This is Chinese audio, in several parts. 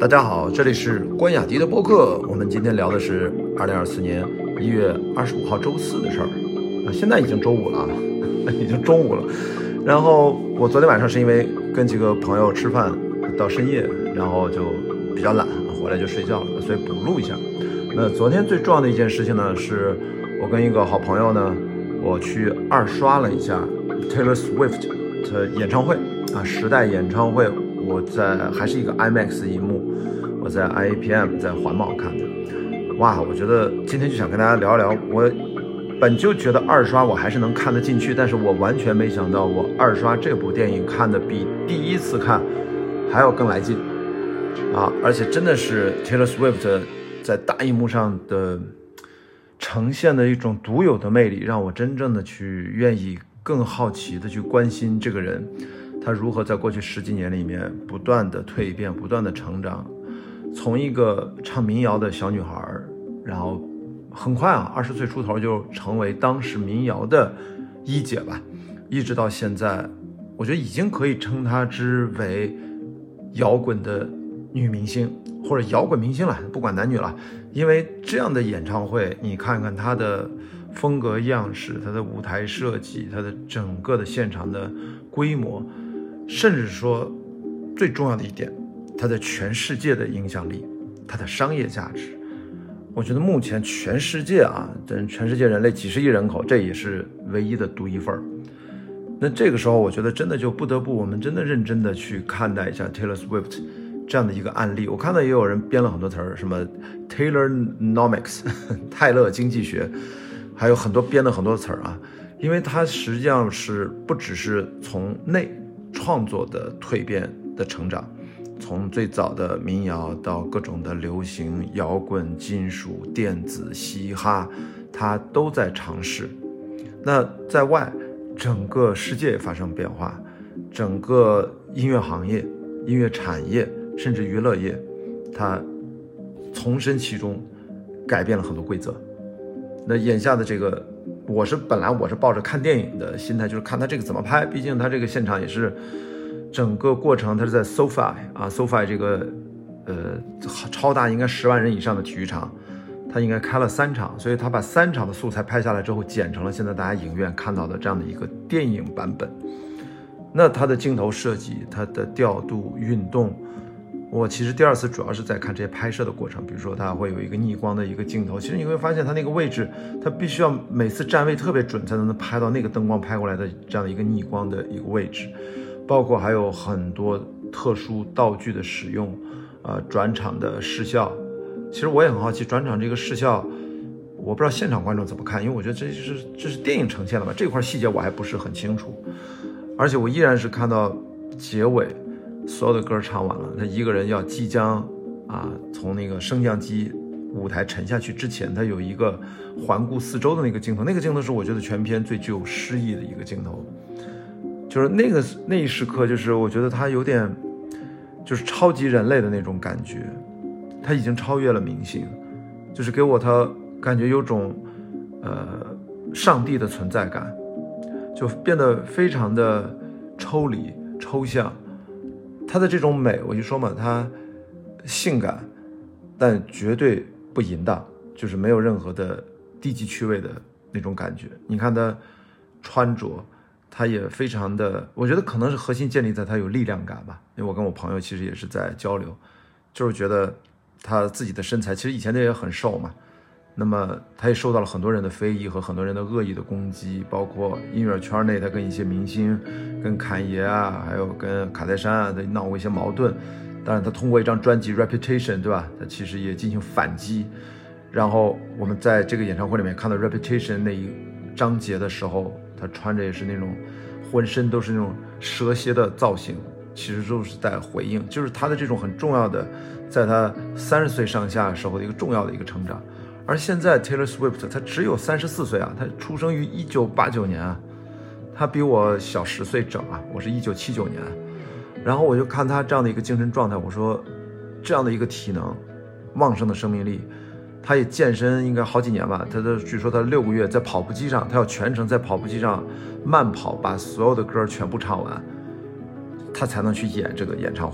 大家好，这里是关雅迪的播客。我们今天聊的是2024年1月25号周四的事儿。现在已经周五了，已经中午了。然后我昨天晚上是因为跟几个朋友吃饭到深夜，然后就比较懒，回来就睡觉了，所以补录一下。那昨天最重要的一件事情呢，是我跟一个好朋友呢，我去二刷了一下 Taylor Swift 的演唱会啊，时代演唱会。我还是一个 IMAX 银幕，我在 IAPM 在环保看的。哇，我觉得今天就想跟大家聊一聊，我本就觉得二刷我还是能看得进去，但是我完全没想到我二刷这部电影看的比第一次看还要更来劲啊！而且真的是 Taylor Swift 在大荧幕上的呈现的一种独有的魅力，让我真正的去愿意更好奇的去关心这个人，他如何在过去10几年里面不断的蜕变，不断的成长，从一个唱民谣的小女孩，然后很快20岁出头就成为当时民谣的一姐吧，一直到现在，我觉得已经可以称她之为摇滚的女明星或者摇滚明星了，不管男女了。因为这样的演唱会，你看看她的风格样式，她的舞台设计，她的整个的现场的规模，甚至说最重要的一点，它在全世界的影响力，它的商业价值，我觉得目前全世界全世界人类几十亿人口，这也是唯一的独一份。那这个时候我觉得真的就不得不我们真的认真的去看待一下 Taylor Swift 这样的一个案例。我看到也有人编了很多词儿，什么 Taylonomics 泰勒经济学，还有很多编的很多词儿啊，因为它实际上是不只是从内创作的蜕变的成长，从最早的民谣到各种的流行摇滚金属电子嘻哈，它都在尝试。那在外整个世界也发生变化，整个音乐行业音乐产业甚至娱乐业，它从身其中改变了很多规则。那眼下的这个本来我是抱着看电影的心态，就是看他这个怎么拍，毕竟他这个现场也是整个过程他是在 SoFi 这个超大应该10万人以上的体育场，他应该开了3场，所以他把3场的素材拍下来之后剪成了现在大家影院看到的这样的一个电影版本。那他的镜头设计，他的调度运动，我其实第2次主要是在看这些拍摄的过程，比如说他会有一个逆光的一个镜头，其实你会发现他那个位置，他必须要每次站位特别准才能拍到那个灯光拍过来的这样的一个逆光的一个位置，包括还有很多特殊道具的使用，转场的视效。其实我也很好奇转场这个视效，我不知道现场观众怎么看，因为我觉得这是电影呈现的嘛，这块细节我还不是很清楚。而且我依然是看到结尾所有的歌唱完了，他一个人要即将从那个升降机舞台沉下去之前，他有一个环顾四周的那个镜头，那个镜头是我觉得全片最具有诗意的一个镜头，就是那一时刻，就是我觉得他有点就是超级人类的那种感觉，他已经超越了明星，就是给我他感觉有种上帝的存在感，就变得非常的抽离抽象。他的这种美，我就说嘛，他性感但绝对不淫荡，就是没有任何的低级趣味的那种感觉。你看他穿着，他也非常的，我觉得可能是核心建立在他有力量感吧。因为我跟我朋友其实也是在交流，就是觉得他自己的身材其实以前他也很瘦嘛，那么他也受到了很多人的非议和很多人的恶意的攻击，包括音乐圈内他跟一些明星，跟侃爷还有跟卡戴珊他闹过一些矛盾。当然他通过一张专辑 Reputation 对吧，他其实也进行反击。然后我们在这个演唱会里面看到 Reputation 那一章节的时候，他穿着也是那种浑身都是那种蛇蝎的造型，其实都是在回应，就是他的这种很重要的在他30岁上下时候的一个重要的一个成长。而现在 Taylor Swift 他只有34岁他出生于1989年他比我小10岁整我是1979年。然后我就看他这样的一个精神状态，我说这样的一个体能旺盛的生命力，他也健身应该好几年吧，据说他6个月在跑步机上，他要全程在跑步机上慢跑，把所有的歌全部唱完，他才能去演这个演唱会。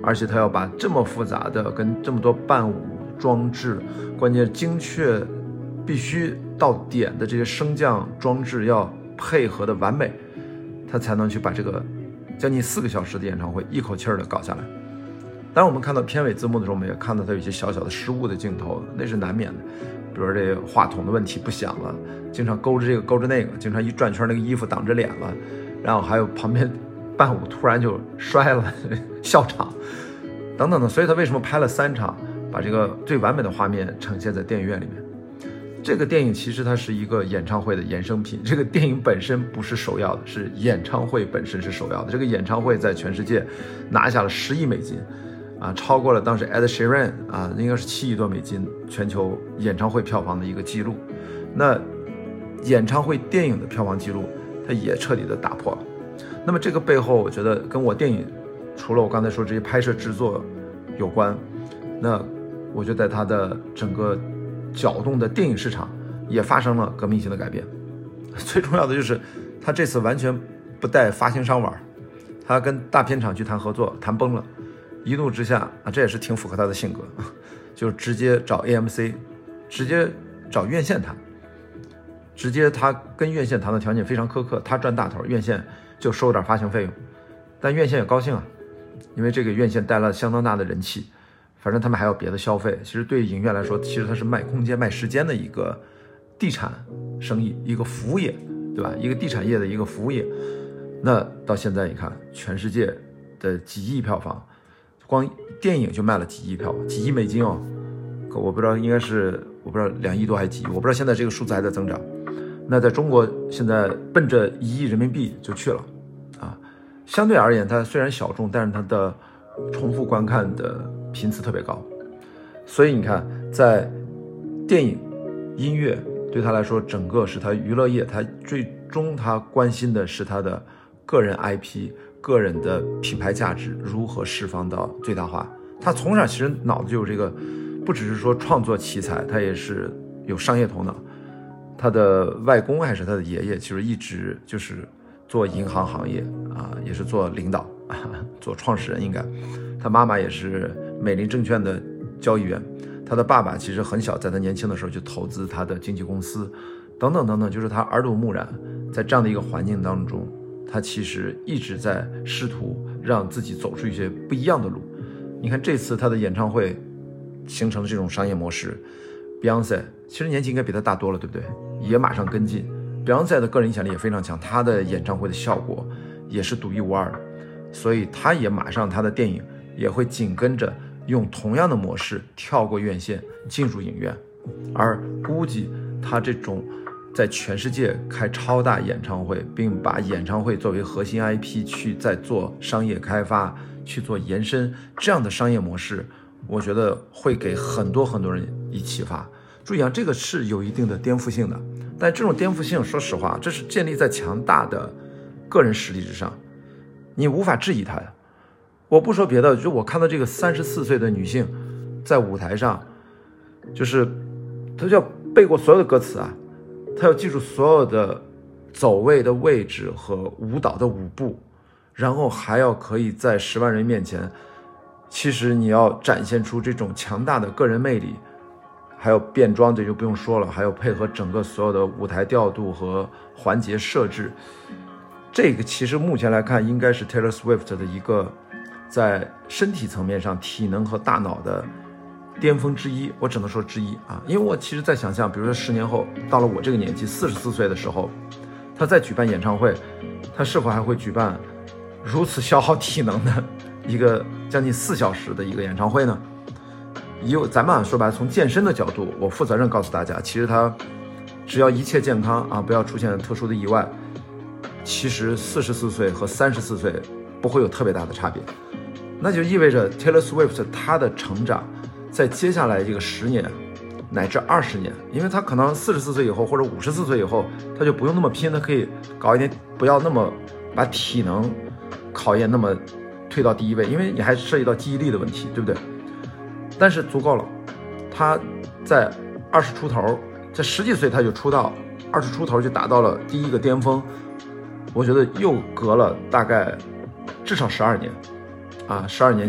而且他要把这么复杂的跟这么多伴舞装置，关键精确必须到点的这些升降装置要配合的完美，他才能去把这个将近4个小时的演唱会一口气的搞下来。当然我们看到片尾字幕的时候，我们也看到他有一些小小的失误的镜头，那是难免的，比如这个话筒的问题不响了，经常勾着这个勾着那个，经常一转圈那个衣服挡着脸了，然后还有旁边伴舞突然就摔了笑场等等的，所以他为什么拍了3场，把这个最完美的画面呈现在电影院里面。这个电影其实它是一个演唱会的衍生品，这个电影本身不是首要的，是演唱会本身是首要的。这个演唱会在全世界拿下了10亿美金超过了当时 Ed Sheeran 应该是7亿多美金全球演唱会票房的一个记录。那演唱会电影的票房记录它也彻底的打破了。那么这个背后我觉得跟我电影除了我刚才说这些拍摄制作有关，那我觉得在它的整个搅动的电影市场也发生了革命性的改变。最重要的就是他这次完全不带发行商玩，他跟大片厂去谈合作谈崩了，一怒之下这也是挺符合他的性格，就直接找 AMC， 直接找院线谈，直接他跟院线谈的条件非常苛刻，他赚大头，院线就收点发行费用。但院线也高兴因为这个院线带来了相当大的人气，反正他们还有别的消费。其实对影院来说，其实它是卖空间卖时间的一个地产生意，一个服务业，对吧？一个地产业的一个服务业。那到现在你看全世界的几亿票房，光电影就卖了几亿票房，几亿美金我不知道应该是我不知道2亿多还是几亿，我不知道现在这个数字还在增长。那在中国现在奔着1亿人民币就去了相对而言它虽然小众，但是它的重复观看的频次特别高。所以你看在电影音乐对他来说整个是他娱乐业，他最终他关心的是他的个人 IP 个人的品牌价值如何释放到最大化。他从小其实脑子就有这个，不只是说创作奇才，他也是有商业头脑。他的外公还是他的爷爷其实一直就是做银行行业也是做领导做创始人应该。他妈妈也是美林证券的交易员，他的爸爸其实很小，在他年轻的时候就投资他的经纪公司等等等等，就是他耳濡目染，在这样的一个环境当中，他其实一直在试图让自己走出一些不一样的路。你看这次他的演唱会形成了这种商业模式， Beyonce 其实年纪应该比他大多了，对不对？也马上跟进。 Beyonce 的个人影响力也非常强，他的演唱会的效果也是独一无二的，所以他也马上他的电影也会紧跟着用同样的模式跳过院线进入影院。而估计他这种在全世界开超大演唱会，并把演唱会作为核心 IP 去再做商业开发去做延伸，这样的商业模式我觉得会给很多很多人以启发。注意这个是有一定的颠覆性的，但这种颠覆性说实话这是建立在强大的个人实力之上，你无法质疑它呀。我不说别的，就我看到这个34岁的女性在舞台上，就是她就要背过所有的歌词她要记住所有的走位的位置和舞蹈的舞步，然后还要可以在10万人面前，其实你要展现出这种强大的个人魅力，还有变装这就不用说了，还有配合整个所有的舞台调度和环节设置，这个其实目前来看应该是 Taylor Swift 的一个在身体层面上体能和大脑的巅峰之一，我只能说之一因为我其实在想象，比如说10年后到了我这个年纪44岁的时候，他再举办演唱会，他是否还会举办如此消耗体能的一个将近4小时的一个演唱会呢？咱们说白了，从健身的角度，我负责任告诉大家，其实他只要一切健康不要出现特殊的意外，其实44岁和34岁不会有特别大的差别。那就意味着 Taylor Swift 他的成长在接下来这个10年乃至20年，因为他可能44岁以后或者54岁以后他就不用那么拼，他可以搞一点，不要那么把体能考验那么推到第一位，因为你还涉及到记忆力的问题，对不对？但是足够了，他在20出头，在10几岁他就出道，20出头就达到了第一个巅峰，我觉得又隔了大概至少12年12年前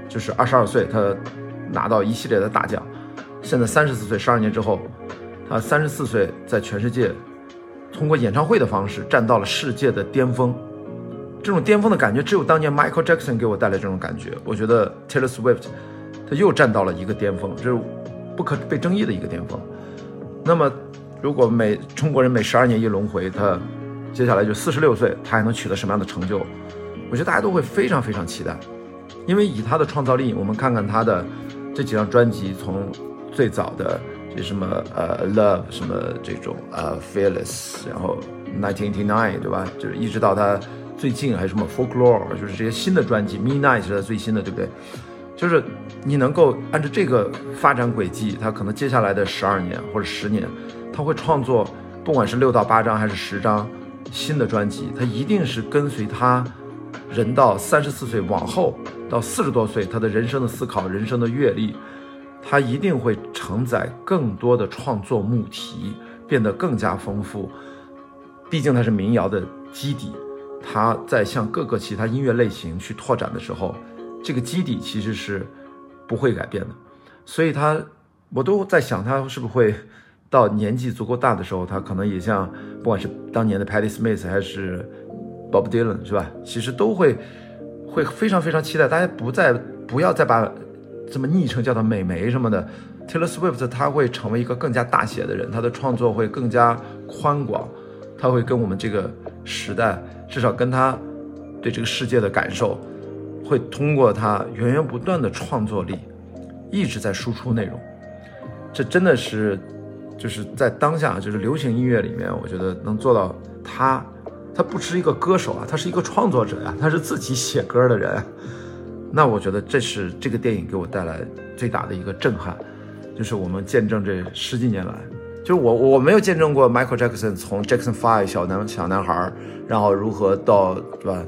就是22岁，他拿到一系列的大奖。现在34岁，12年之后，他34岁，在全世界通过演唱会的方式站到了世界的巅峰。这种巅峰的感觉，只有当年 Michael Jackson 给我带来这种感觉。我觉得 Taylor Swift 他又站到了一个巅峰，这是不可被争议的一个巅峰。那么，如果中国人每12年一轮回，他接下来就46岁，他还能取得什么样的成就？我觉得大家都会非常非常期待，因为以他的创造力，我们看看他的这几张专辑，从最早的这什么Love 什么这种Fearless， 然后 1989 对吧？就是一直到他最近还有什么 Folklore， 就是这些新的专辑 Midnight 是他最新的，对不对？就是你能够按照这个发展轨迹，他可能接下来的12年或者10年，他会创作不管是6到8张还是10张新的专辑，他一定是跟随他人到34岁往后到40多岁，他的人生的思考、人生的阅历，他一定会承载更多的创作母题，变得更加丰富。毕竟他是民谣的基底，他在向各个其他音乐类型去拓展的时候，这个基底其实是不会改变的。所以我都在想，他是不是会到年纪足够大的时候，他可能也像不管是当年的 Patti Smith 还是 Bob Dylan 是吧，其实都会非常非常期待。大家不要再把这么昵称叫到美眉什么的。Taylor Swift 他会成为一个更加大写的人，他的创作会更加宽广，他会跟我们这个时代，至少跟他对这个世界的感受，会通过他源源不断的创作力一直在输出内容。这真的是就是在当下就是流行音乐里面，我觉得能做到他不是一个歌手啊，他是一个创作者啊，他是自己写歌的人。那我觉得这是这个电影给我带来最大的一个震撼，就是我们见证这10几年来，就是我没有见证过 Michael Jackson 从 Jackson 5小男孩，然后如何到对吧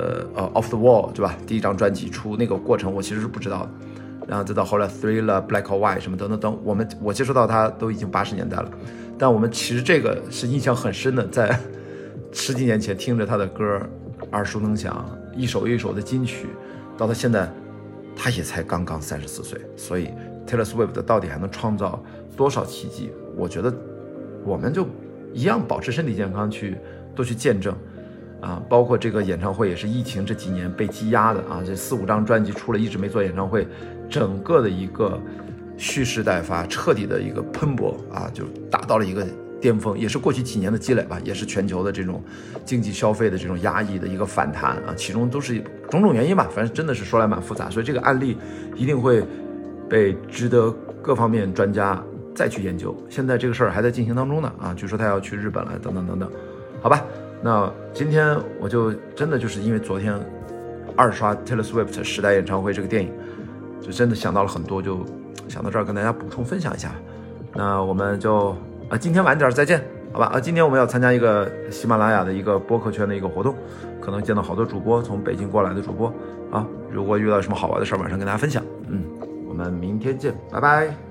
Off the Wall 对吧，第一张专辑出那个过程我其实是不知道的。然后再到后来 Thriller Black or White 什么等等等，我接触到他都已经80年代了，但我们其实这个是印象很深的，在10几年前听着他的歌耳熟能详，一首一首的金曲，到他现在他也才刚刚34岁，所以 Taylor Swift 到底还能创造多少奇迹？我觉得我们就一样保持身体健康多去见证啊，包括这个演唱会也是疫情这几年被积压的啊，这4、5张专辑出了一直没做演唱会，整个的一个蓄势待发，彻底的一个喷薄啊，就达到了一个巅峰，也是过去几年的积累吧，也是全球的这种经济消费的这种压抑的一个反弹啊，其中都是种种原因吧，反正真的是说来蛮复杂，所以这个案例一定会被值得各方面专家再去研究。现在这个事儿还在进行当中呢啊，据说他要去日本了，等等等等，好吧。那今天我就真的就是因为昨天二刷 Taylor Swift 时代演唱会这个电影，就真的想到了很多，就想到这儿跟大家补充分享一下。那我们就今天晚点再见，好吧？今天我们要参加一个喜马拉雅的一个播客圈的一个活动，可能见到好多主播，从北京过来的主播啊。如果遇到什么好玩的事儿，晚上跟大家分享。我们明天见，拜拜。